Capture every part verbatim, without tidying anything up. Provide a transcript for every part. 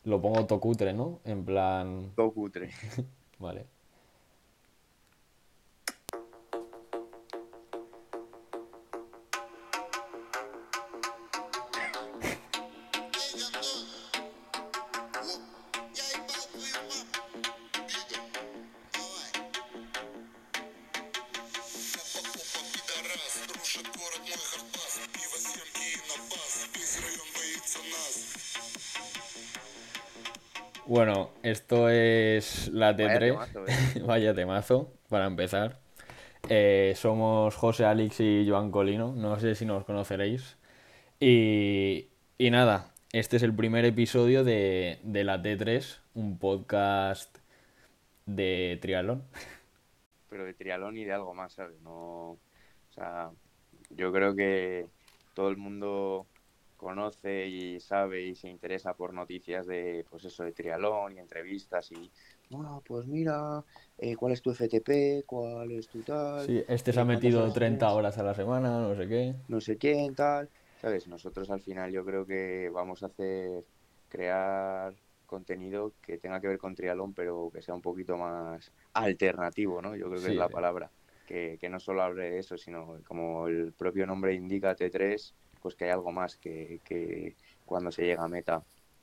Lo pongo tocutre, ¿no? En plan... Todo cutre. Vale. Bueno, esto es la Vaya T tres, temazo, ¿eh? vaya temazo, para empezar. Eh, somos José Alix y Joan Colino, no sé si nos conoceréis. Y, y nada, este es el primer episodio de, de la T tres, un podcast de triatlón. Pero de triatlón y de algo más, ¿sabes? No, o sea, yo creo que todo el mundo conoce y sabe y se interesa por noticias de, pues eso, de triatlón y entrevistas y, bueno, pues mira, eh, ¿cuál es tu F T P? ¿Cuál es tu tal? Sí, este se ha Eh, ¿cuántas metido horas treinta haces? horas a la semana, no sé qué. No sé quién, tal, ¿sabes? Nosotros al final yo creo que vamos a hacer, crear contenido que tenga que ver con triatlón, pero que sea un poquito más alternativo, ¿no? Yo creo que es Sí, la palabra, que, que no solo hable de eso, sino como el propio nombre indica, T tres, pues que hay algo más que, que cuando se llega a meta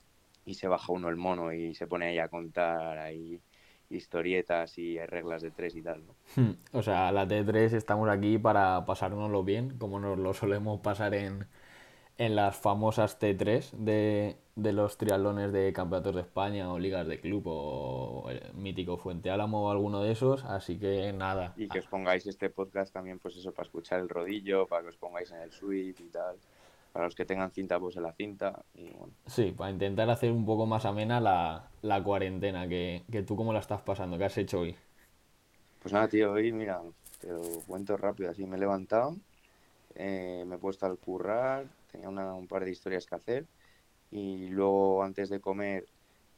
y se baja uno el mono y se pone ahí a contar ahí historietas y hay reglas de tres y tal, ¿no? Hmm, o sea, la T tres estamos aquí para pasárnoslo bien, como nos lo solemos pasar en, en las famosas T tres de, de los triatlones de campeonatos de España o ligas de club o el mítico Fuente Álamo o alguno de esos. Así que nada. Y que Ah, os pongáis este podcast también, pues eso, para escuchar el rodillo, para que os pongáis en el Swift y tal. Para los que tengan cinta, pues en la cinta. Y bueno, sí, para intentar hacer un poco más amena la, la cuarentena, que, que tú cómo la estás pasando, ¿qué has hecho hoy? pues nada, tío, hoy, mira, te lo cuento rápido, así me he levantado, eh, me he puesto al currar, tenía una- un par de historias que hacer. Y luego, antes de comer,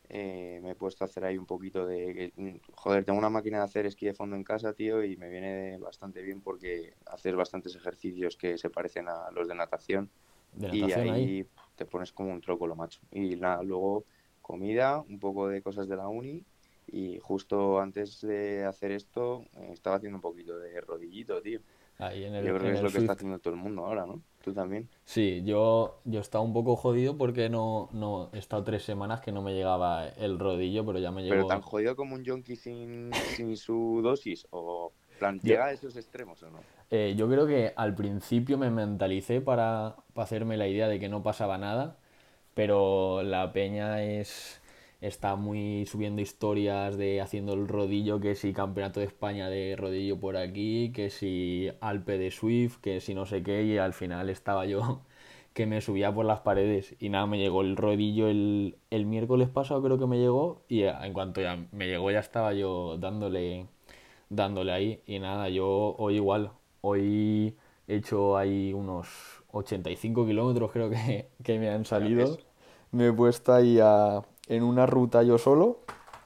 eh, me he puesto a hacer ahí un poquito de... mm, Joder, tengo una máquina de hacer esquí de fondo en casa, tío, y me viene bastante bien porque haces bastantes ejercicios que se parecen a los de natación ¿De y natación ahí? ahí pf, te pones como un trócolo, macho. Y nada, luego comida, un poco de cosas de la uni y justo antes de hacer esto eh, estaba haciendo un poquito de rodillito, tío. Ahí en Yo el, creo que en es el lo que está Swift. haciendo todo el mundo ahora, ¿no? Tú también. Sí, yo, yo estaba un poco jodido porque no, no he estado tres semanas que no me llegaba el rodillo, pero ya me Pero tan llegó. jodido como un yonki sin, sin su dosis, o plan, Yo, ¿llega a esos extremos o no? eh, yo creo que al principio me mentalicé para, para hacerme la idea de que no pasaba nada, pero la peña es está muy subiendo historias de haciendo el rodillo, que si campeonato de España de rodillo por aquí, que si Alpe de Swift, que si no sé qué, y al final estaba yo que me subía por las paredes y nada, me llegó el rodillo el, el miércoles pasado creo que me llegó y en cuanto ya me llegó ya estaba yo dándole dándole ahí y nada, yo hoy igual, hoy he hecho ahí unos ochenta y cinco kilómetros creo que, que me han Ya salido. ves. Me he puesto ahí a- en una ruta yo solo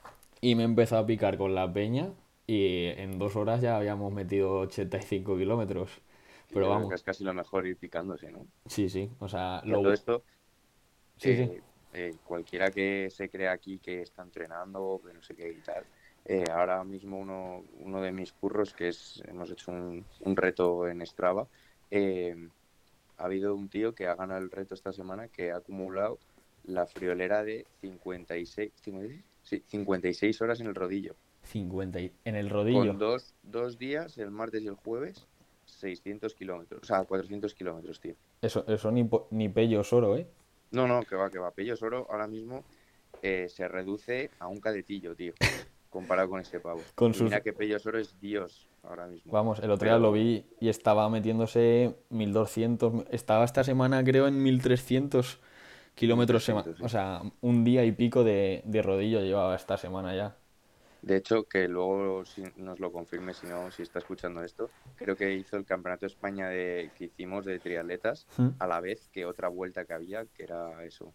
y me he empezado a picar con la peña y en dos horas ya habíamos metido ochenta y cinco kilómetros. Que Pero yo creo que vamos, es casi lo mejor ir picándose, ¿no? sí, sí, o sea, Que a todo lo... esto, Sí, sí. eh, eh, cualquiera que se crea aquí que está entrenando o que no sé qué y tal, eh, ahora mismo uno, uno de mis curros, que es, hemos hecho un, un reto en Strava, eh, ha habido un tío que ha ganado el reto esta semana que ha acumulado la friolera de cincuenta y seis, cincuenta y seis, sí, cincuenta y seis horas en el rodillo. cincuenta y- en el rodillo. Con dos, dos días, el martes y el jueves, seiscientos kilómetros. O sea, cuatrocientos kilómetros, tío. Eso, eso ni, po- ni pello oro, ¿eh? No, no, que va, que va. Pello Soro ahora mismo eh, se reduce a un cadetillo, tío, comparado con este pavo. Con Y sus... mira que Pello Soro es Dios ahora mismo. Vamos, el otro día lo Pero vi y estaba metiéndose mil doscientos. Estaba esta semana creo en mil trescientos mil kilómetros sema- trescientos o sí. sea, un día y pico de, de rodillo llevaba esta semana ya. De hecho, que luego si nos lo confirme, si no, si está escuchando esto, creo que hizo el Campeonato de España de, que hicimos de triatletas a la vez que otra vuelta que había, que era eso,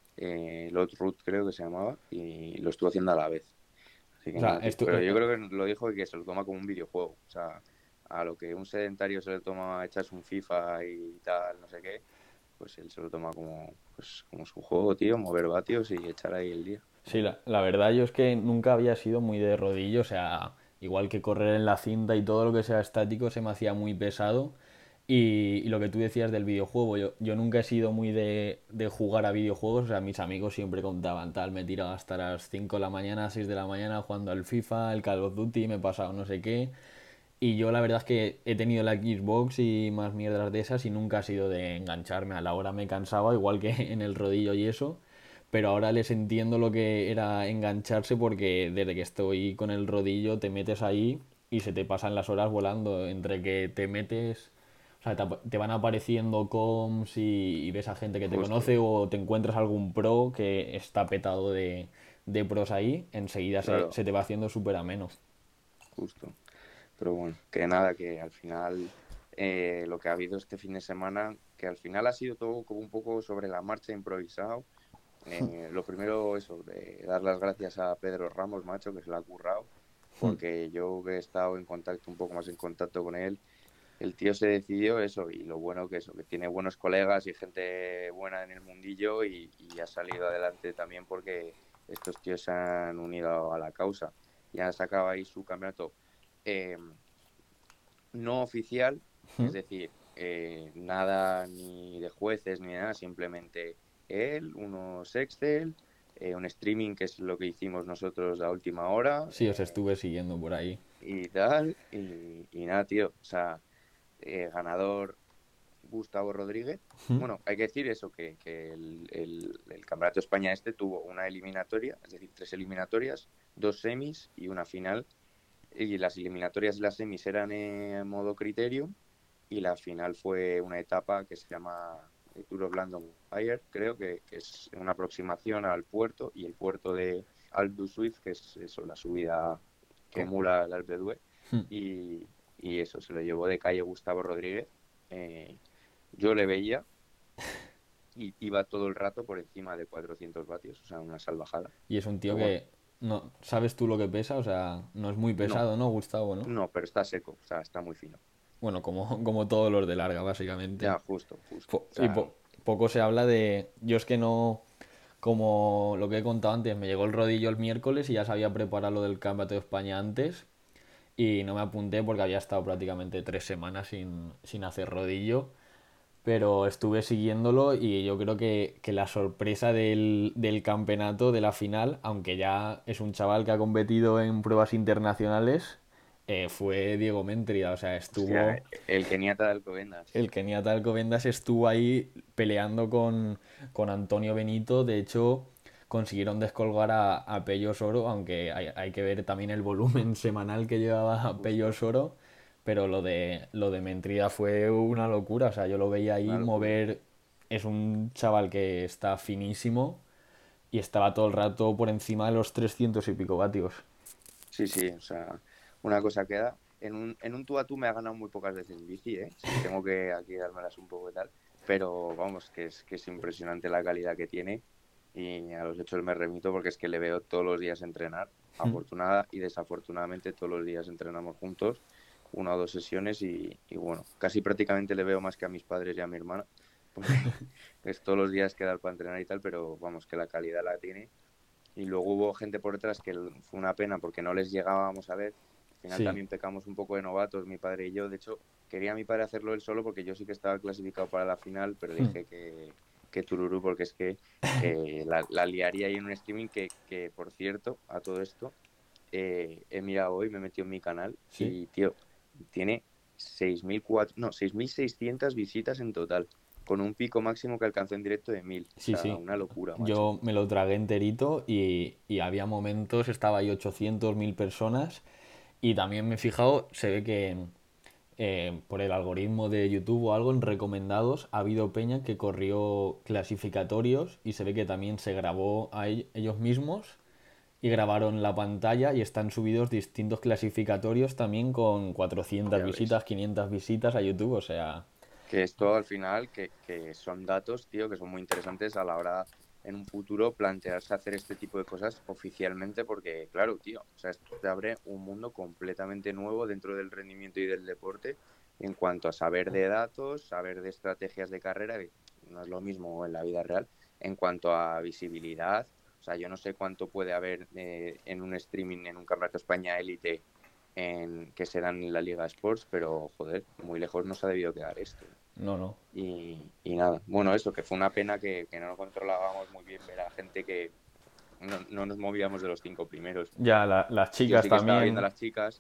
eh, Lot Root creo que se llamaba, y lo estuvo haciendo a la vez. Así O que sea, nada, tío. esto, Pero eh, yo eh, creo que lo dijo que se lo toma como un videojuego. O sea, a lo que un sedentario se le toma echarse un FIFA y tal, no sé qué, pues él se lo toma como, pues, como su juego, tío, mover vatios y echar ahí el día. Sí, la, la verdad yo es que nunca había sido muy de rodillo, o sea, igual que correr en la cinta y todo lo que sea estático se me hacía muy pesado. Y, y lo que tú decías del videojuego, yo, yo nunca he sido muy de, de jugar a videojuegos, o sea, mis amigos siempre contaban tal, me tiraba hasta las cinco de la mañana, seis de la mañana jugando al FIFA, el Call of Duty, me he pasado no sé qué. Y yo la verdad es que he tenido la Xbox y más mierdas de esas y nunca ha sido de engancharme. A la hora me cansaba, igual que en el rodillo y eso. Pero ahora les entiendo lo que era engancharse porque desde que estoy con el rodillo te metes ahí y se te pasan las horas volando. Entre que te metes, o sea, te, ap- te van apareciendo comps y, y ves a gente que te Justo, conoce o te encuentras algún pro que está petado de, de pros ahí, enseguida se, claro, se te va haciendo súper ameno. justo. Pero bueno, que nada, que al final eh, lo que ha habido este fin de semana, que al final ha sido todo como un poco sobre la marcha improvisado. Eh, lo primero, eso, de dar las gracias a Pedro Ramos, macho, que se lo ha currado, porque yo que he estado en contacto, un poco más en contacto con él, el tío se decidió eso, y lo bueno que eso, que tiene buenos colegas y gente buena en el mundillo y, y ha salido adelante también porque estos tíos se han unido a la causa y han sacado ahí su campeonato. Eh, no oficial, es decir, eh, nada ni de jueces ni nada, simplemente él, unos Excel, eh, un streaming que es lo que hicimos nosotros a última hora Sí, os eh, estuve siguiendo por ahí. y tal, y, y nada, tío, o sea, eh, ganador Gustavo Rodríguez. Bueno, hay que decir eso, que, que el, el, el, Campeonato de España este tuvo una eliminatoria, es decir, tres eliminatorias, dos semis y una final, y las eliminatorias y las semis eran en modo criterium y la final fue una etapa que se llama el Tour of London Fire, creo que, que es una aproximación al puerto y el puerto de Alpe d'Huez, que es eso, la subida que Co- emula el Alpe d'Huez, y, y eso se lo llevó de calle Gustavo Rodríguez. Eh, yo le veía y iba todo el rato por encima de cuatrocientos vatios, o sea, una salvajada. Y es un tío Pero bueno, que no, ¿sabes tú lo que pesa? O sea, no es muy no, pesado, ¿no, Gustavo, no? no, pero está seco, o sea, está muy fino. Bueno, como, como todos los de larga, básicamente. Ya, justo, justo. Po- O y sea, po- poco se habla de... Yo es que no... Como lo que he contado antes, me llegó el rodillo el miércoles y ya sabía preparar lo del Campeonato de España antes y no me apunté porque había estado prácticamente tres semanas sin, sin hacer rodillo, pero estuve siguiéndolo y yo creo que, que la sorpresa del, del campeonato, de la final, aunque ya es un chaval que ha competido en pruebas internacionales, eh, fue Diego Méntrida, o sea, hostia, estuvo... el keniata de Alcobendas. El keniata Alcobendas estuvo ahí peleando con, con Antonio Benito. De hecho, consiguieron descolgar a, a Pello Soro, aunque hay, hay que ver también el volumen semanal que llevaba Pello Justo, Soro. Pero lo de, lo de Mentrida fue una locura. O sea, yo lo veía ahí una locura. mover. Es un chaval que está finísimo y estaba todo el rato por encima de los trescientos y pico vatios. Sí, sí, o sea, una cosa queda. En un, en un tú a tú me ha ganado muy pocas veces en bici, ¿eh? Tengo que aquí dármelas un poco y tal. Pero vamos, que es, que es impresionante la calidad que tiene. Y a los hechos me remito porque es que le veo todos los días entrenar. Afortunada y desafortunadamente todos los días entrenamos juntos, una o dos sesiones y, y bueno, casi prácticamente le veo más que a mis padres y a mi hermana, porque es todos los días quedar para entrenar y tal, pero vamos, que la calidad la tiene y luego hubo gente por detrás que fue una pena porque no les llegábamos a ver. Al final Sí. también pecamos un poco de novatos, mi padre y yo. De hecho, quería mi padre hacerlo él solo porque yo sí que estaba clasificado para la final, pero le dije que, que tururú porque es que eh, la, la, liaría ahí en un streaming que, que, por cierto, a todo esto, eh, he mirado hoy, me he metido en mi canal Sí. y, tío, tiene seis mil cuatro, no, seis mil seiscientas visitas en total, con un pico máximo que alcanzó en directo de mil. O Sí, sea, sí. una locura, macho. Yo me lo tragué enterito y, y había momentos, estaba ahí ochocientos mil personas y también me he fijado, se ve que eh, por el algoritmo de YouTube o algo en recomendados ha habido peña que corrió clasificatorios y se ve que también se grabó a ell- ellos mismos y grabaron la pantalla y están subidos distintos clasificatorios también con cuatrocientas Ya ves. visitas, quinientas visitas a YouTube, o sea, Que esto al final, que, que son datos, tío, que son muy interesantes a la hora en un futuro plantearse hacer este tipo de cosas oficialmente, porque claro, tío, o sea, esto te abre un mundo completamente nuevo dentro del rendimiento y del deporte en cuanto a saber de datos, saber de estrategias de carrera, no es lo mismo en la vida real. En cuanto a visibilidad, o sea, yo no sé cuánto puede haber eh, en un streaming, en un Campeonato España Élite en, que se dan en la Liga Sports, pero joder, muy lejos nos ha debido quedar esto. No, no. Y, y nada, bueno, eso, que fue una pena que, que no lo controlábamos muy bien ver a gente que no, no nos movíamos de los cinco primeros. Ya, la- las Yo chicas sí que estaba viendo a también. las chicas,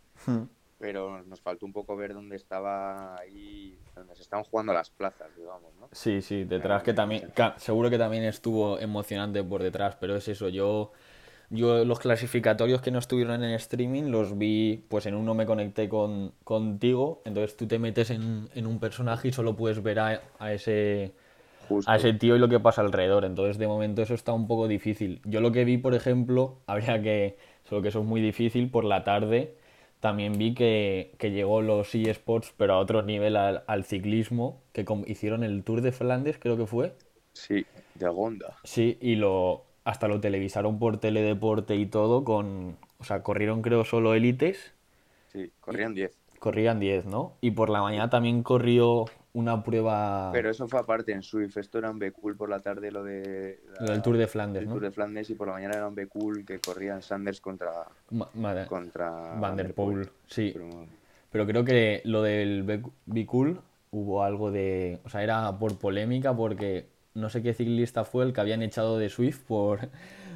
pero nos faltó un poco ver dónde estaba ahí, donde se estaban jugando las plazas, digamos, ¿no? Sí, sí, No detrás eran que en también, muchas. ca- seguro que también estuvo emocionante por detrás, pero es eso, yo, yo los clasificatorios que no estuvieron en streaming los vi, pues en uno me conecté con, contigo, entonces tú te metes en, en un personaje y solo puedes ver a, a ese, a Justo. ese tío y lo que pasa alrededor, entonces de momento eso está un poco difícil. Yo lo que vi, por ejemplo, habría que, solo que eso es muy difícil, por la tarde también vi que, que llegó los eSports, pero a otro nivel al, al ciclismo, que com- hicieron el Tour de Flandes, creo que fue. Sí, de Gonda. Sí, y lo hasta lo televisaron por Teledeporte y todo con, o sea, corrieron creo solo élites Sí, y corrían diez. corrían diez, ¿no? Y por la Sí. mañana también corrió una prueba, Pero eso fue aparte en Swift. Esto era en B-Cool por la tarde, lo de lo del la- Tour de Flandes, el ¿no? Tour de Flandes, y por la mañana era un B-Cool que corrían Sanders contra, Ma- ma- contra Van Van der der Poel. Poel, sí. Pero, Pero creo que lo del Be Be Cool hubo algo de, o sea, era por polémica porque no sé qué ciclista fue el que habían echado de Swift por,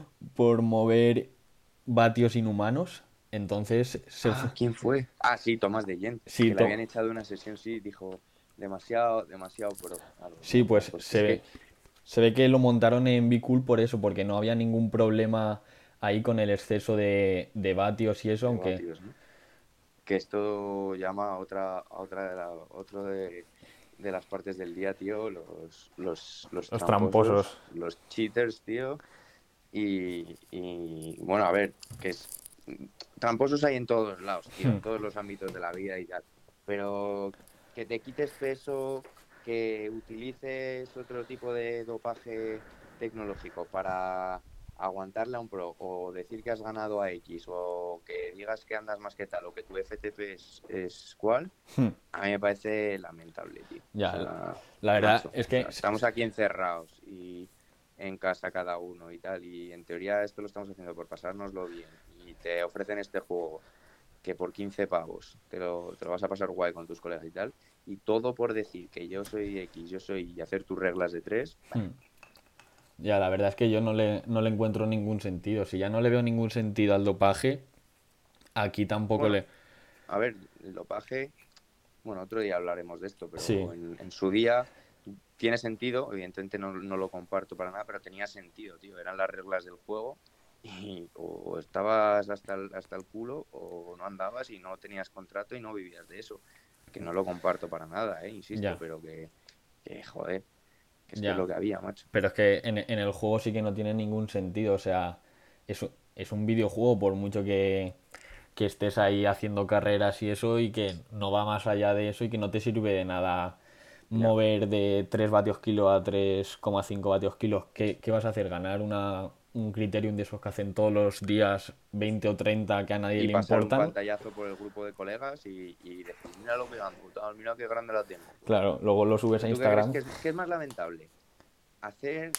por mover vatios inhumanos. Entonces se fue. ah, ¿quién fue? Ah, sí, Tomás de Gent, Sí, que le to- habían echado una sesión, sí, dijo demasiado, demasiado pro. Claro, sí, bueno, pues pues se es ve, que se ve que lo montaron en Be Cool por eso, porque no había ningún problema ahí con el exceso de, de vatios y eso, de aunque vatios, ¿no? Que esto llama a otra, a otra de la, otro de, de las partes del día, tío, los, los, los los tramposos, tramposos. los cheaters, tío. Y, y, bueno, a ver, que es tramposos hay en todos lados, tío, en todos los ámbitos de la vida y tal. Pero que te quites peso, que utilices otro tipo de dopaje tecnológico para aguantarle a un pro, o decir que has ganado a X, o que digas que andas más que tal, o que tu F T P es, es cual, a mí me parece lamentable, tío. O Ya, la, sea, la verdad macho, es o sea, que estamos aquí encerrados y en casa cada uno y tal, y en teoría esto lo estamos haciendo por pasárnoslo bien, y te ofrecen este juego que por quince pavos te lo, te lo vas a pasar guay con tus colegas y tal, y todo por decir que yo soy X, yo soy, y hacer tus reglas de tres. ya, la verdad es que yo no le, no le encuentro ningún sentido. Si ya no le veo ningún sentido al dopaje, aquí tampoco Bueno, le... a ver, el dopaje, bueno, otro día hablaremos de esto, Sí, pero en, en su día tiene sentido, evidentemente no, no, lo comparto para nada, pero tenía sentido, tío, eran las reglas del juego, y o estabas hasta el, hasta el culo o no andabas y no tenías contrato y no vivías de eso, que no lo comparto para nada, eh, insisto, ya, pero que, que joder, que es que es ya. lo que había, macho. Pero es que en, en el juego sí que no tiene ningún sentido. O sea, es, es un videojuego por mucho que, que estés ahí haciendo carreras y eso y que no va más allá de eso y que no te sirve de nada Ya. mover de tres vatios kilo a tres coma cinco vatios kilos. ¿Qué, qué vas a hacer? ¿Ganar una, un criterium de esos que hacen todos los días veinte o treinta que a nadie Y le pasar un importan? pantallazo por el grupo de colegas y, y decir, mira lo que ando, tal, mira qué grande la tengo. Claro, luego lo subes a ¿Pero tú qué crees Instagram. que es, que es más lamentable? Hacer,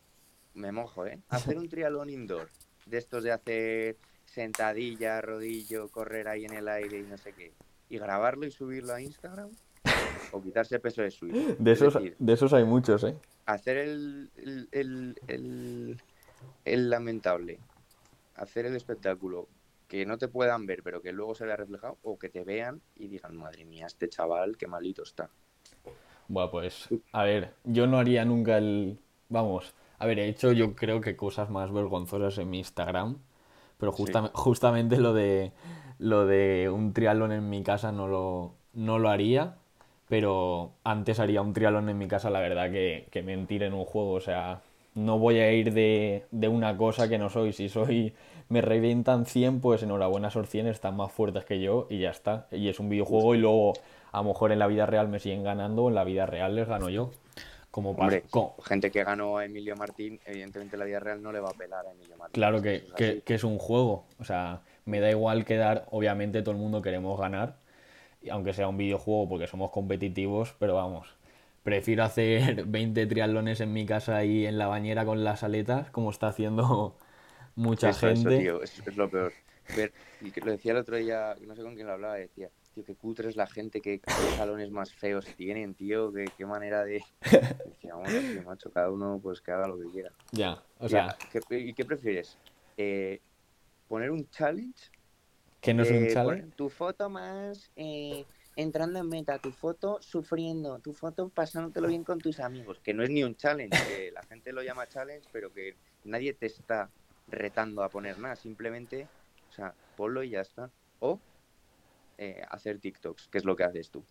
me mojo, ¿eh? Hacer un triatlón indoor, de estos de hacer sentadilla, rodillo, correr ahí en el aire y no sé qué, y grabarlo y subirlo a Instagram, o quitarse peso de Swift. De Es esos, decir, de esos hay muchos, ¿eh? hacer el, el, el, el, el lamentable, hacer el espectáculo, que no te puedan ver, pero que luego se vea reflejado, o que te vean y digan, madre mía, este chaval, qué malito está. Bueno, pues, a ver, yo no haría nunca el... Vamos, a ver, he hecho yo creo que cosas más vergonzosas en mi Instagram, pero Sí, justa- justamente lo de lo de un triatlón en mi casa no lo, no lo haría, pero antes haría un triatlón en mi casa, la verdad, que, que mentir en un juego. O sea, no voy a ir de, de una cosa que no soy. Si soy, me revientan cien, pues enhorabuena, esos cien están más fuertes que yo y ya está. Y es un videojuego y justo. luego a lo mejor en la vida real me siguen ganando, en la vida real les gano yo. Como pasa, Hombre, co- gente que ganó a Emilio Martín, evidentemente la vida real no le va a pelar a Emilio Martín, claro es que que, eso es que, así. que es un juego. O sea, me da igual quedar, obviamente todo el mundo queremos ganar, y aunque sea un videojuego porque somos competitivos, pero vamos. prefiero hacer veinte triatlones en mi casa y en la bañera con las aletas, como está haciendo mucha Eso, eso, gente. tío, es, es lo peor. Ver, y que lo decía el otro día, no sé con quién lo hablaba, decía, tío, qué cutre es la gente, que, qué salones más feos tienen, tío, qué, qué manera de... Decía, bueno, sí, macho, cada uno pues que haga lo que quiera. Ya, o Tía, sea, ¿qué- ¿y qué prefieres? Eh, ¿poner un challenge que no es un de challenge. poner tu foto más eh, entrando en meta, tu foto sufriendo, tu foto pasándotelo bien con tus amigos? Que no es ni un challenge, que la gente lo llama challenge, pero que nadie te está retando a poner nada, simplemente, o sea, ponlo y ya está. O eh, hacer TikToks, que es lo que haces tú.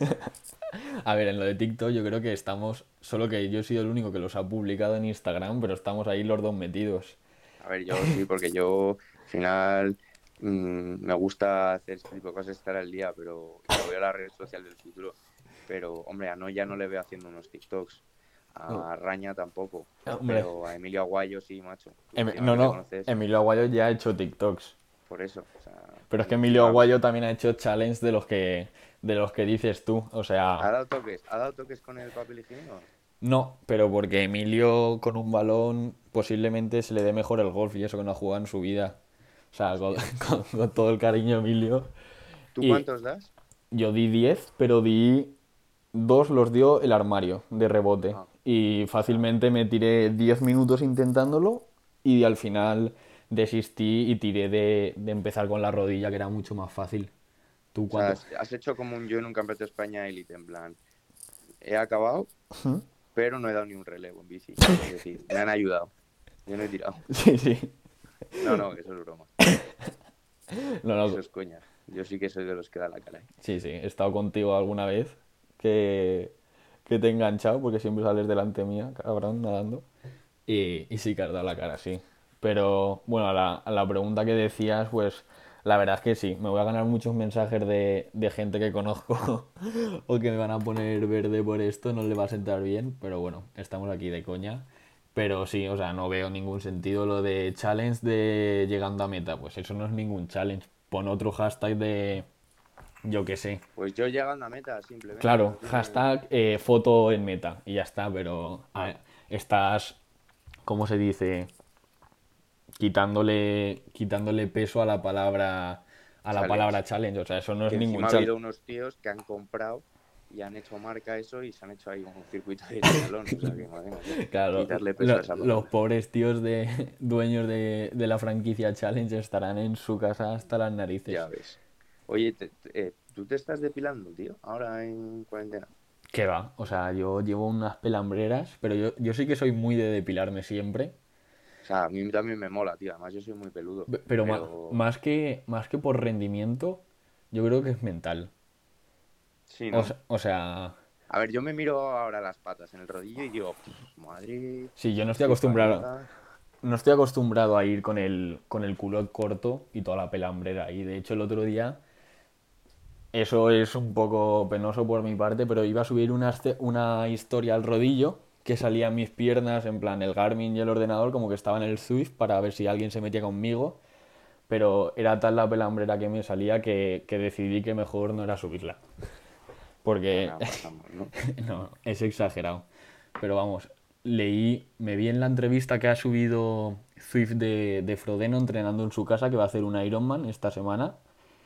A ver, en lo de TikTok yo creo que estamos, solo que yo he sido el único que los ha publicado en Instagram, pero estamos ahí los dos metidos. A ver, yo sí, porque yo al final mmm, me gusta hacer este tipo de cosas, estar al día, pero y lo veo la red social del futuro. Pero, hombre, a Noya no le veo haciendo unos TikToks. No, A Raña tampoco. hombre, Pero a Emilio Aguayo sí, macho. Tú Em- encima no, que le no, conoces, Emilio Aguayo ya ha hecho TikToks. por eso. O sea, Pero es que Emilio encima Aguayo también ha hecho challenge de los que, de los que dices tú. O ha sea, dado toques. ¿Ha dado toques con el papel higiénico o no? no, pero porque Emilio con un balón posiblemente se le dé mejor el golf y eso que no ha jugado en su vida. O sea, con, Hostia. con- con todo el cariño, Emilio. ¿Tú Y cuántos das? yo di diez, pero di dos los dio el armario de rebote. Ah, Y ah. fácilmente me tiré diez minutos intentándolo y al final desistí y tiré de, de empezar con la rodilla, que era mucho más fácil. ¿Tú O sea, cuánto? has has hecho como un yo en un campeonato de España élite, en plan, he acabado, pero no he dado ni un relevo en bici. Es decir, me han ayudado. Yo no he tirado. Sí, sí. No, no, que eso es broma. No, Eso no. es coña. Yo sí que soy de los que da la cara, ¿eh? Sí, sí. He estado contigo alguna vez que, que te he enganchado porque siempre sales delante mía, cabrón, nadando. Y, y sí que has dado la cara, sí. Pero bueno, a la, a la pregunta que decías, pues la verdad es que sí, me voy a ganar muchos mensajes de, de gente que conozco o que me van a poner verde por esto, no le va a sentar bien, pero bueno, estamos aquí de coña. Pero sí, o sea, no veo ningún sentido lo de challenge de llegando a meta, pues eso no es ningún challenge. Pon otro hashtag de, yo qué sé. Pues yo llegando a meta, simplemente, Claro, no tiene... hashtag eh, foto en meta y ya está, pero a Ah, ver, estás, ¿cómo se dice? quitándole, quitándole peso a la palabra a la challenge. palabra challenge. O sea, eso no es Que ningún encima ha challenge. habido unos tíos que han comprado y han hecho marca eso y se han hecho ahí un circuito de triatlón. O sea, que imagínate, Claro, quitarle peso lo- a esa los palabra. pobres tíos de dueños de, de la franquicia Challenge estarán en su casa hasta las Ya narices. ves. Oye, te- te- eh, ¿tú te estás depilando, tío? Ahora en cuarentena. ¿Qué va? O sea, yo llevo unas pelambreras, pero yo, yo sí que soy muy de depilarme siempre. O sea, a mí también me mola, tío. Además, yo soy muy peludo. Pe- Pero ma- Pero más que, más que por rendimiento, yo creo que es mental. sí, O, ¿no? se- o sea, A ver, yo me miro ahora las patas en el rodillo y digo, "Pff, madre, sí, yo no estoy qué acostumbrado. paliza". No estoy acostumbrado a ir con el, con el culot corto y toda la pelambrera. Y de hecho el otro día, eso es un poco penoso por mi parte, pero iba a subir una, esce- una historia al rodillo que salían mis piernas, en plan el Garmin y el ordenador, como que estaba en el Swift para ver si alguien se metía conmigo. Pero era tal la pelambrera que me salía que, que decidí que mejor no era subirla. No, Porque no, pasamos, ¿no? no, es exagerado. Pero vamos, leí, me vi en la entrevista que ha subido Zwift de, de Frodeno entrenando en su casa, que va a hacer un Ironman esta semana,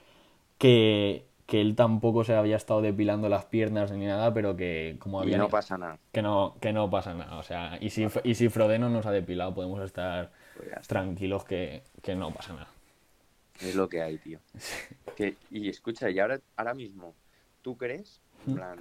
que, que él tampoco se había estado depilando las piernas ni nada, pero que como Y habían... no pasa nada. Que no, que no pasa nada. O sea, y si, Vale, y si Frodeno nos ha depilado, podemos estar pues ya está. tranquilos que, que no pasa nada. Es lo que hay, tío. Que, y escucha, y ahora, ahora mismo, ¿tú crees? En plan,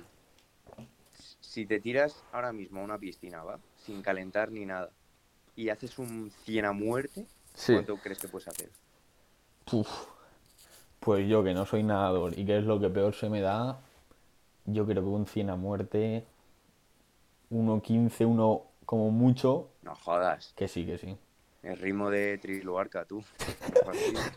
si te tiras ahora mismo a una piscina, ¿va? Sin calentar ni nada, y haces un cien a muerte, Sí. ¿cuánto crees que puedes hacer? Uf, pues yo que no soy nadador y que es lo que peor se me da, yo creo que un cien a muerte, uno quince uno como mucho, No jodas. que sí, que sí. El ritmo de Trisloarca, tú. No me fastidies.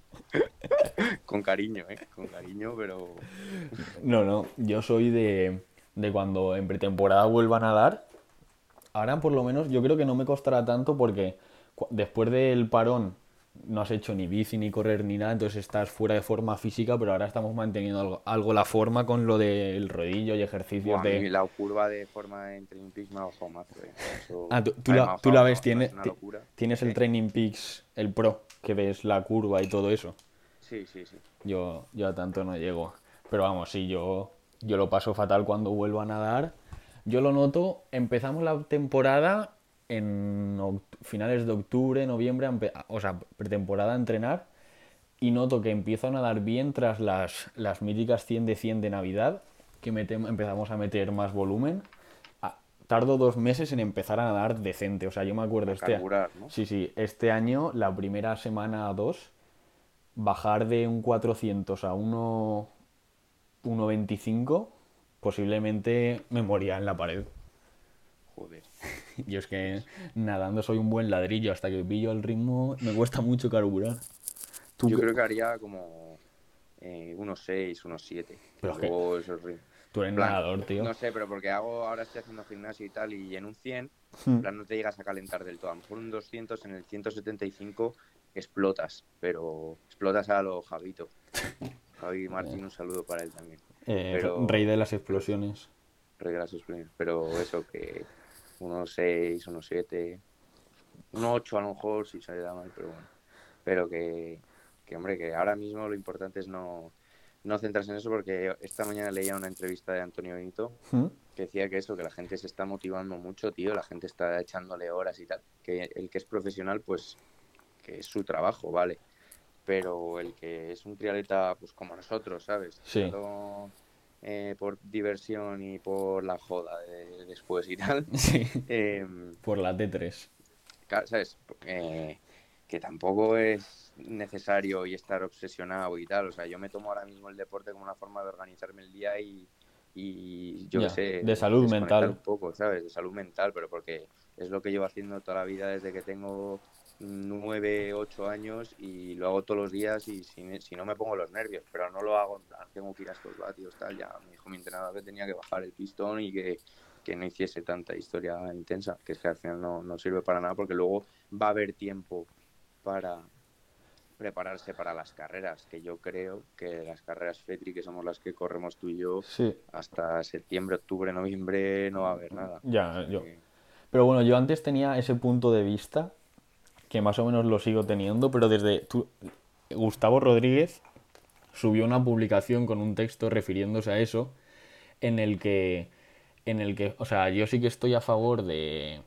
Con cariño, ¿eh? Con cariño, pero... No, no, yo soy de, de cuando en pretemporada vuelva a nadar. Ahora por lo menos yo creo que no me costará tanto porque cu- después del parón no has hecho ni bici ni correr ni nada, entonces estás fuera de forma física, pero ahora estamos manteniendo algo, algo la forma con lo del rodillo y ejercicios Buah, a de... mí la curva de forma en Training Peaks me ha bajado mazo, eh. Ah, Eso... tú, tú A ver, me la, ha tú la bajado, ves, no, no tiene, es una ti- locura. tienes el ¿Qué? Training Peaks, el Pro, que ves la curva y todo eso. Sí, sí, sí. Yo, yo a tanto no llego. Pero vamos, sí, yo, yo lo paso fatal cuando vuelvo a nadar. Yo lo noto, empezamos la temporada en oct- finales de octubre, noviembre, empe- o sea, pretemporada a entrenar y noto que empiezo a nadar bien tras las, las míticas cien de cien de Navidad, que metem- empezamos a meter más volumen. Ah, tardo dos meses en empezar a nadar decente, o sea, yo me acuerdo A este, carburar, ¿no? sí, sí, este año, la primera semana dos, bajar de un cuatrocientos a uno, uno veinticinco, posiblemente me moría en la pared. Joder. Yo es que nadando soy un buen ladrillo, hasta que pillo el ritmo me cuesta mucho carburar. ¿Tú Yo qué? creo que haría como eh, unos seis, unos siete. Y Pero es que luego eso es ri- tú eres plan, nadador, tío. no sé, pero porque hago, ahora estoy haciendo gimnasio y tal, y en un cien, plan, no te llegas a calentar del todo. A lo mejor un doscientos en el ciento setenta y cinco explotas, pero explotas a lo Javito. Javi Martín, un saludo para él también. Eh, rey Pero, de las explosiones. reglas suspensas, pero eso que unos seis, unos siete, unos ocho a lo mejor si se le da mal, pero bueno. Pero que, que, hombre, que ahora mismo lo importante es no, no centrarse en eso, porque esta mañana leía una entrevista de Antonio Benito que decía que eso, que la gente se está motivando mucho, tío, la gente está echándole horas y tal, que el que es profesional, pues, que es su trabajo, vale, pero el que es un triatleta, pues como nosotros, ¿sabes? Sí, Tirando eh, por diversión y por la joda de después y tal, sí. eh, Por la T tres. ¿sabes? Eh, que tampoco es necesario y estar obsesionado y tal. O sea, yo me tomo ahora mismo el deporte como una forma de organizarme el día y, y yo qué Ya, sé, de salud desconectar mental. un poco, ¿sabes? De salud mental, pero porque es lo que llevo haciendo toda la vida desde que tengo nueve, ocho años y lo hago todos los días y si, si no me pongo los nervios, pero no lo hago en plan, tengo que ir a estos vatios, tal, ya me dijo mi entrenador que tenía que bajar el pistón y que, que no hiciese tanta historia intensa, que es que al final no, no sirve para nada porque luego va a haber tiempo para prepararse para las carreras, que yo creo que las carreras FETRI, que somos las que corremos tú y yo, Sí, hasta septiembre, octubre, noviembre no va a haber nada. O ya, sea yo. que... Pero bueno, yo antes tenía ese punto de vista, que más o menos lo sigo teniendo, pero desde tú, Gustavo Rodríguez subió una publicación con un texto refiriéndose a eso, en el que, en el que, o sea, yo sí que estoy a favor de,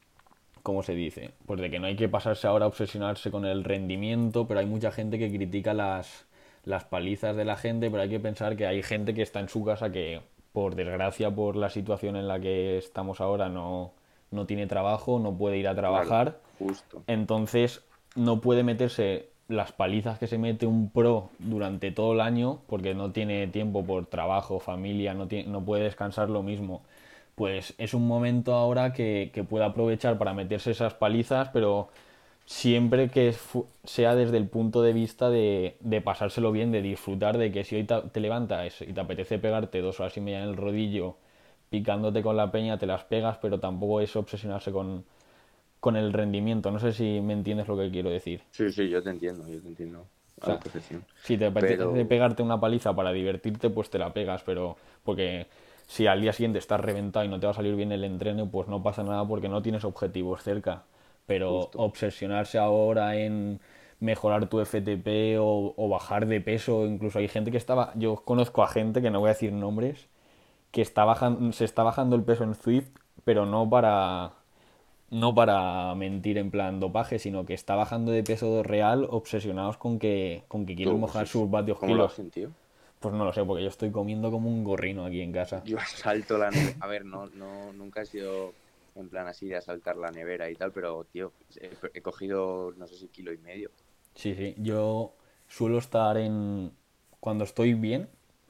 ¿cómo se dice? Pues de que no hay que pasarse ahora a obsesionarse con el rendimiento, pero hay mucha gente que critica las, las palizas de la gente, pero hay que pensar que hay gente que está en su casa que, por desgracia, por la situación en la que estamos ahora, no, no tiene trabajo, no puede ir a Claro, trabajar, justo. entonces no puede meterse las palizas que se mete un pro durante todo el año porque no tiene tiempo por trabajo, familia, no, tiene, no puede descansar lo mismo. Pues es un momento ahora que, que puede aprovechar para meterse esas palizas, pero siempre que sea desde el punto de vista de, de pasárselo bien, de disfrutar, de que si hoy te, te levantas y te apetece pegarte dos horas y media en el rodillo picándote con la peña, te las pegas, pero tampoco es obsesionarse con, con el rendimiento. No sé si me entiendes lo que quiero decir. Sí, sí, yo te entiendo, yo te entiendo O a la sea, perfección. si te apetece Pero pegarte una paliza para divertirte, pues te la pegas, pero porque si al día siguiente estás reventado y no te va a salir bien el entreno, pues no pasa nada porque no tienes objetivos cerca. Pero justo. obsesionarse ahora en mejorar tu F T P o, o bajar de peso, incluso hay gente que estaba, yo conozco a gente que no voy a decir nombres, que está bajando, se está bajando el peso en Zwift, pero no para no para mentir en plan dopaje, sino que está bajando de peso real obsesionados con que, con que quieren Tú, pues mojar es- sus vatios ¿cómo lo kilos. hacen, tío? Pues no lo sé, porque yo estoy comiendo como un gorrino aquí en casa. Yo asalto la nevera. A ver, no, no, nunca he sido en plan así de asaltar la nevera y tal, pero, tío, he, he cogido, no sé si kilo y medio. Sí, sí, yo suelo estar en... Cuando estoy bien,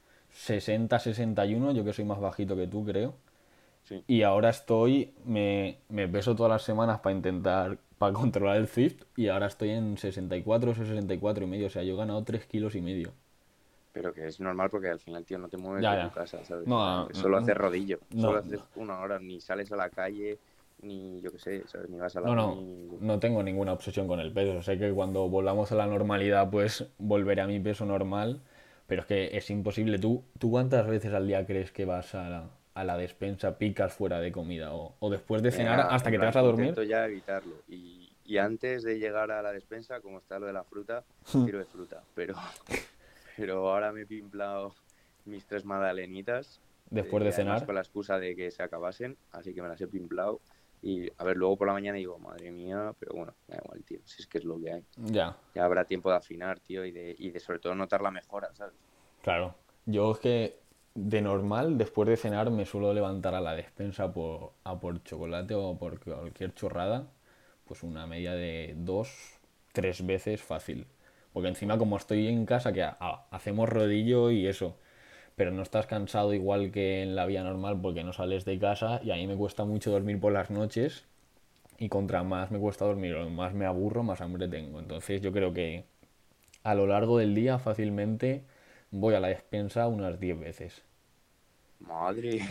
sesenta sesenta y uno, yo que soy más bajito que tú, creo. Sí. Y ahora estoy, me, me peso todas las semanas para intentar, para controlar el Zwift y ahora estoy en sesenta y cuatro, sesenta y cuatro y medio, o sea, yo he ganado tres kilos y medio. Pero que es normal porque al final, tío, no te mueves Ya, de tu ya. casa, ¿sabes? O sea, No, que solo no, haces rodillo, solo no, haces una hora, ni sales a la calle, ni yo qué sé, ¿sabes? Ni vas a la No, no, uni. no tengo ninguna obsesión con el peso. Sé que cuando volvamos a la normalidad, pues volveré a mi peso normal, pero es que es imposible. ¿Tú, tú cuántas veces al día crees que vas a la, a la despensa, picas fuera de comida o, o después de cenar Nada, hasta en que te plan, vas a dormir? intento ya evitarlo. Y, y antes de llegar a la despensa, como está lo de la fruta, tiro de fruta. Pero, pero ahora me he pimplado mis tres magdalenitas, Después de eh, además cenar, con la excusa de que se acabasen, así que me las he pimplado. Y a ver, luego por la mañana digo, madre mía, pero bueno, me da igual, tío, si es que es lo que hay. ya, Ya habrá tiempo de afinar, tío, y de, y de sobre todo notar la mejora, ¿sabes? claro. Yo es que de normal, después de cenar, me suelo levantar a la despensa por, a por chocolate o por cualquier chorrada, pues una media de dos, tres veces fácil. Porque encima como estoy en casa, que a- a- hacemos rodillo y eso, pero no estás cansado igual que en la vida normal porque no sales de casa y a mí me cuesta mucho dormir por las noches y contra más me cuesta dormir o más me aburro, más hambre tengo. Entonces yo creo que a lo largo del día fácilmente voy a la despensa unas diez veces. Madre,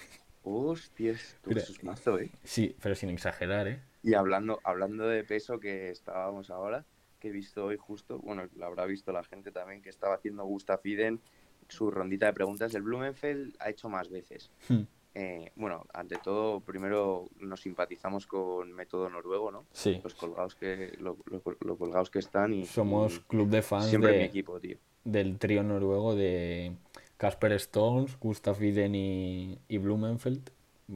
hostias, tú, Pero, eso es mazo, ¿eh? sí, pero sin exagerar, ¿eh? Y hablando, hablando de peso que estábamos ahora, que he visto hoy justo, bueno, lo habrá visto la gente también, que estaba haciendo Gustaf Iden su rondita de preguntas. El Blumenfeld ha hecho más veces. Eh, bueno, ante todo, primero nos simpatizamos con método noruego, ¿no? Sí, Los colgados que, lo, lo- lo colgados que están y, somos y club de fans siempre mi de, equipo, tío. del trío noruego de Casper Stones, Gustav Iden y, y Blumenfeld.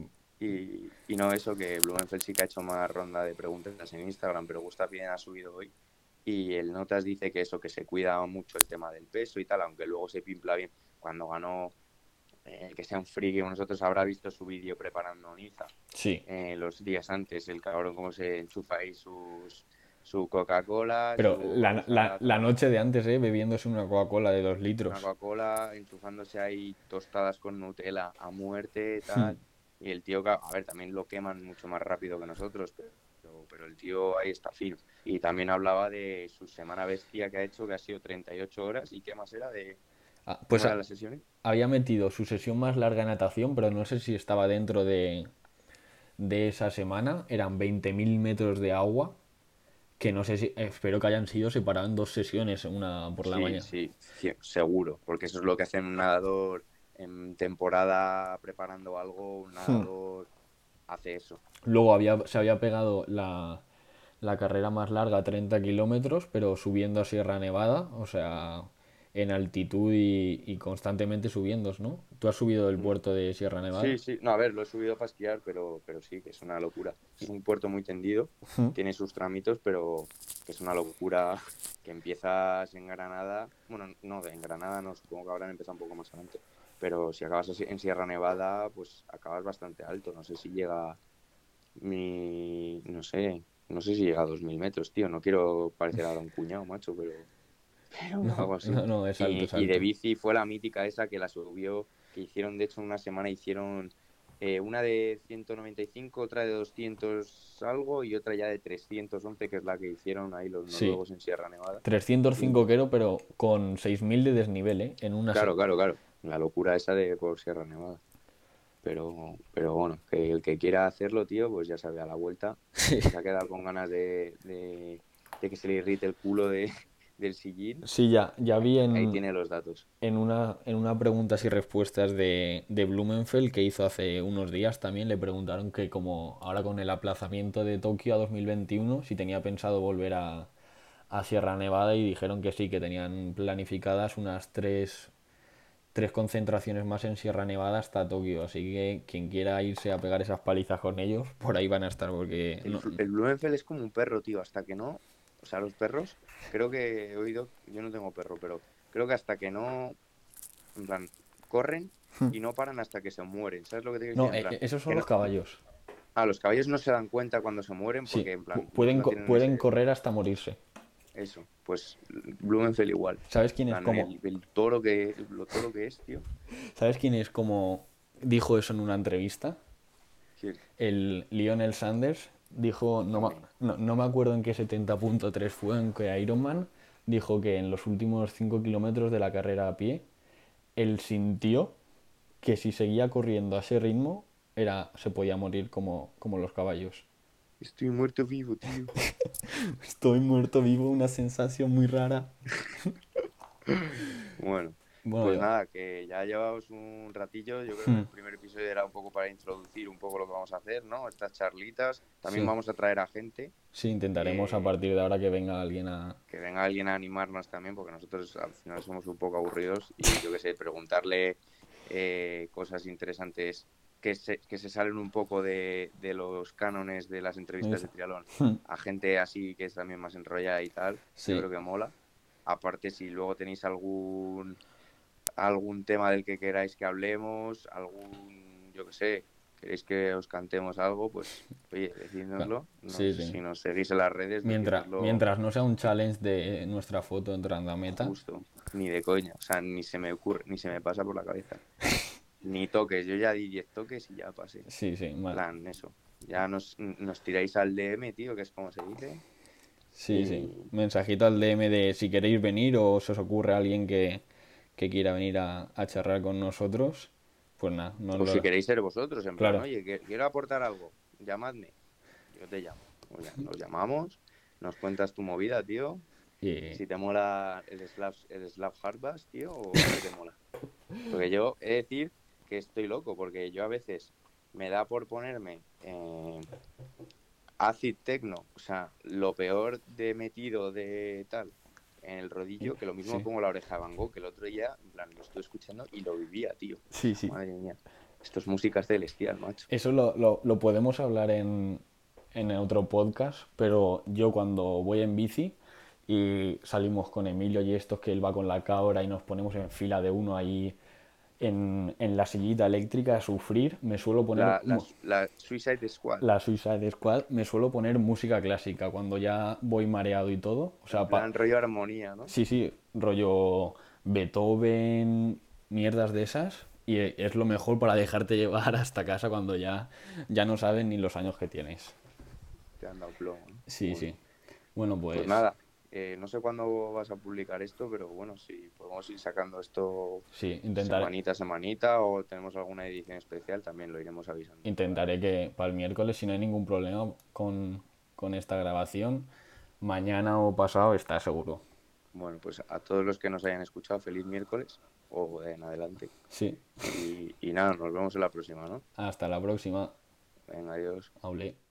Y, y no eso, que Blumenfeld sí que ha hecho más ronda de preguntas en Instagram, pero Gustaf Iden ha subido hoy. Y el Notas dice que eso, que se cuida mucho el tema del peso y tal, aunque luego se pimpla bien. Cuando ganó, eh, que sea un friki, nosotros habrá visto su vídeo preparando Niza Sí, eh, los días antes, el cabrón cómo se enchufa ahí sus, su Coca-Cola, pero su la, vamos la, a la tomar noche de antes, ¿eh? Bebiéndose una Coca-Cola de dos una litros. Coca-Cola, enchufándose ahí tostadas con Nutella a muerte, tal. Y el tío, a ver, también lo queman mucho más rápido que nosotros, pero, pero el tío ahí está fino. Y también hablaba de su semana bestia que ha hecho, que ha sido treinta y ocho horas. ¿Y qué más era? De Ah, ¿Cómo pues eran a- las sesiones? había metido su sesión más larga en natación, pero no sé si estaba dentro de, de esa semana. Eran veinte mil metros de agua, que no sé si, espero que hayan sido separadas en dos sesiones, una por la Sí, mañana. sí, cie- seguro, porque eso es lo que hace un nadador en temporada preparando algo, un nadador hace eso. Luego había, se había pegado la, la carrera más larga, treinta kilómetros, pero subiendo a Sierra Nevada, o sea, en altitud y, y constantemente subiendo, ¿no? ¿Tú has subido el Mm. puerto de Sierra Sí, Nevada? sí, no, a ver, lo he subido para esquiar, pero, pero sí, que es una locura. Es un puerto muy tendido, tiene sus tramitos, pero que es una locura que empiezas en Granada, bueno, no, en Granada no, supongo que habrán empezado un poco más adelante, pero si acabas así en Sierra Nevada, pues acabas bastante alto, no sé si llega mi, no sé, no sé si llega a dos mil metros, tío, no quiero parecer ahora un cuñado, macho, pero, pero No, algo así. no, no, es alto, Y, es y de alto. bici fue la mítica esa que la subió, que hicieron, de hecho, en una semana hicieron eh, una de ciento noventa y cinco, otra de doscientos algo y otra ya de trescientos once, que es la que hicieron ahí los Sí, noruegos en Sierra Nevada. trescientos cinco Y kero, pero con seis mil de desnivel, ¿eh? En una se... claro, claro, claro, la locura esa de por Sierra Nevada. Pero, pero bueno, que el que quiera hacerlo, tío, pues ya sabe, a la vuelta, si se ha quedado con ganas de, de, de que se le irrite el culo de, del sillín, Sí, ya, ya ahí, vi ahí en, tiene los datos. en una, en una preguntas y respuestas de, de Blumenfeld que hizo hace unos días también, le preguntaron que como ahora con el aplazamiento de Tokio a dos mil veintiuno, si tenía pensado volver a, a Sierra Nevada y dijeron que sí, que tenían planificadas unas tres, tres concentraciones más en Sierra Nevada hasta Tokio. Así que quien quiera irse a pegar esas palizas con ellos, por ahí van a estar, porque El, no, fl- el Blumenfeld es como un perro, tío, hasta que no, o sea, los perros, creo que he oído, yo no tengo perro, pero creo que hasta que no, en plan, corren y no paran hasta que se mueren, ¿sabes lo que te quiero decir? no, En e- plan, e- esos son que los no, caballos. ah, los caballos no se dan cuenta cuando se mueren Sí, porque, en pu- plan, no, pueden, no co- tienen pueden ese, correr hasta morirse. eso, pues Blumenfeld igual. ¿Sabes En quién es plan, como, el, el toro que, lo toro que es, tío. ¿sabes quién es como dijo eso en una entrevista? ¿Quién? El Lionel Sanders dijo, no, ma- Hombre, no, no me acuerdo en qué setenta punto tres fue, en qué Ironman, dijo que en los últimos cinco kilómetros de la carrera a pie, él sintió que si seguía corriendo a ese ritmo, era, se podía morir como, como los caballos. Estoy muerto vivo, tío. Estoy muerto vivo, una sensación muy rara. Bueno, Bueno, pues yo, nada, que ya llevamos un ratillo. Yo creo que hmm, el primer episodio era un poco para introducir un poco lo que vamos a hacer, ¿no? Estas charlitas. También sí, vamos a traer a gente sí, intentaremos a eh, partir de ahora que venga alguien a... que venga alguien a animarnos también, porque nosotros al final somos un poco aburridos y yo qué sé, preguntarle eh, cosas interesantes que se, que se salen un poco de, de los cánones de las entrevistas de triatlón a gente así que es también más enrollada y tal, yo Sí, creo que mola. Aparte, si luego tenéis algún algún tema del que queráis que hablemos, algún, yo qué sé, queréis que os cantemos algo, pues oye, claro, decídnoslo. sí, Nos, sí. si nos seguís en las redes, Mientras, decídnoslo mientras no sea un challenge de nuestra foto entrando a meta, justo, ni de coña, o sea, ni se me ocurre, ni se me pasa por la cabeza. Ni toques, yo ya di diez toques y ya pasé. sí, sí, ma- Plan, eso. Ya nos, nos tiráis al D M, tío, que es como se dice. sí, sí. Y Mensajito al D M de si queréis venir o se os ocurre alguien que, que quiera venir a, a charlar con nosotros, pues nada, no o si lo... queréis ser vosotros, en plan, Claro, oye, que, quiero aportar algo, llamadme. Yo te llamo. O sea, nos llamamos, nos cuentas tu movida, tío. y Si te mola el slap, el slap hard bass, tío, o qué te mola. Porque yo he de decir que estoy loco, porque yo a veces me da por ponerme eh, acid techno, o sea, lo peor de metido de tal en el rodillo, que lo mismo sí, pongo la oreja de Van Gogh, que el otro día, en plan, lo estuve escuchando y lo vivía, tío. sí, sí. Madre mía. Esto es música celestial, macho. Eso lo, lo, lo podemos hablar en, en otro podcast, pero yo cuando voy en bici y salimos con Emilio y estos que él va con la cabra y nos ponemos en fila de uno ahí en, en la sillita eléctrica a sufrir, me suelo poner La, la, la Suicide Squad. la Suicide Squad, me suelo poner música clásica cuando ya voy mareado y todo. O En sea, pa- plan rollo armonía, ¿no? sí, sí, rollo Beethoven, mierdas de esas. Y e- es lo mejor para dejarte llevar hasta casa cuando ya, ya no saben ni los años que tienes. Te han dado plomo, ¿no? Sí, Bueno, sí. Bueno, pues pues nada, eh, no sé cuándo vas a publicar esto, pero bueno, si podemos ir sacando esto sí, intentaré, semanita a semanita o tenemos alguna edición especial, también lo iremos avisando por ahí. intentaré que para el miércoles, si no hay ningún problema con, con esta grabación, mañana o pasado está seguro. Bueno, pues a todos los que nos hayan escuchado, feliz miércoles o en adelante. Sí. Y, y nada, nos vemos en la próxima, ¿no? Hasta la próxima. Venga, adiós. Aule.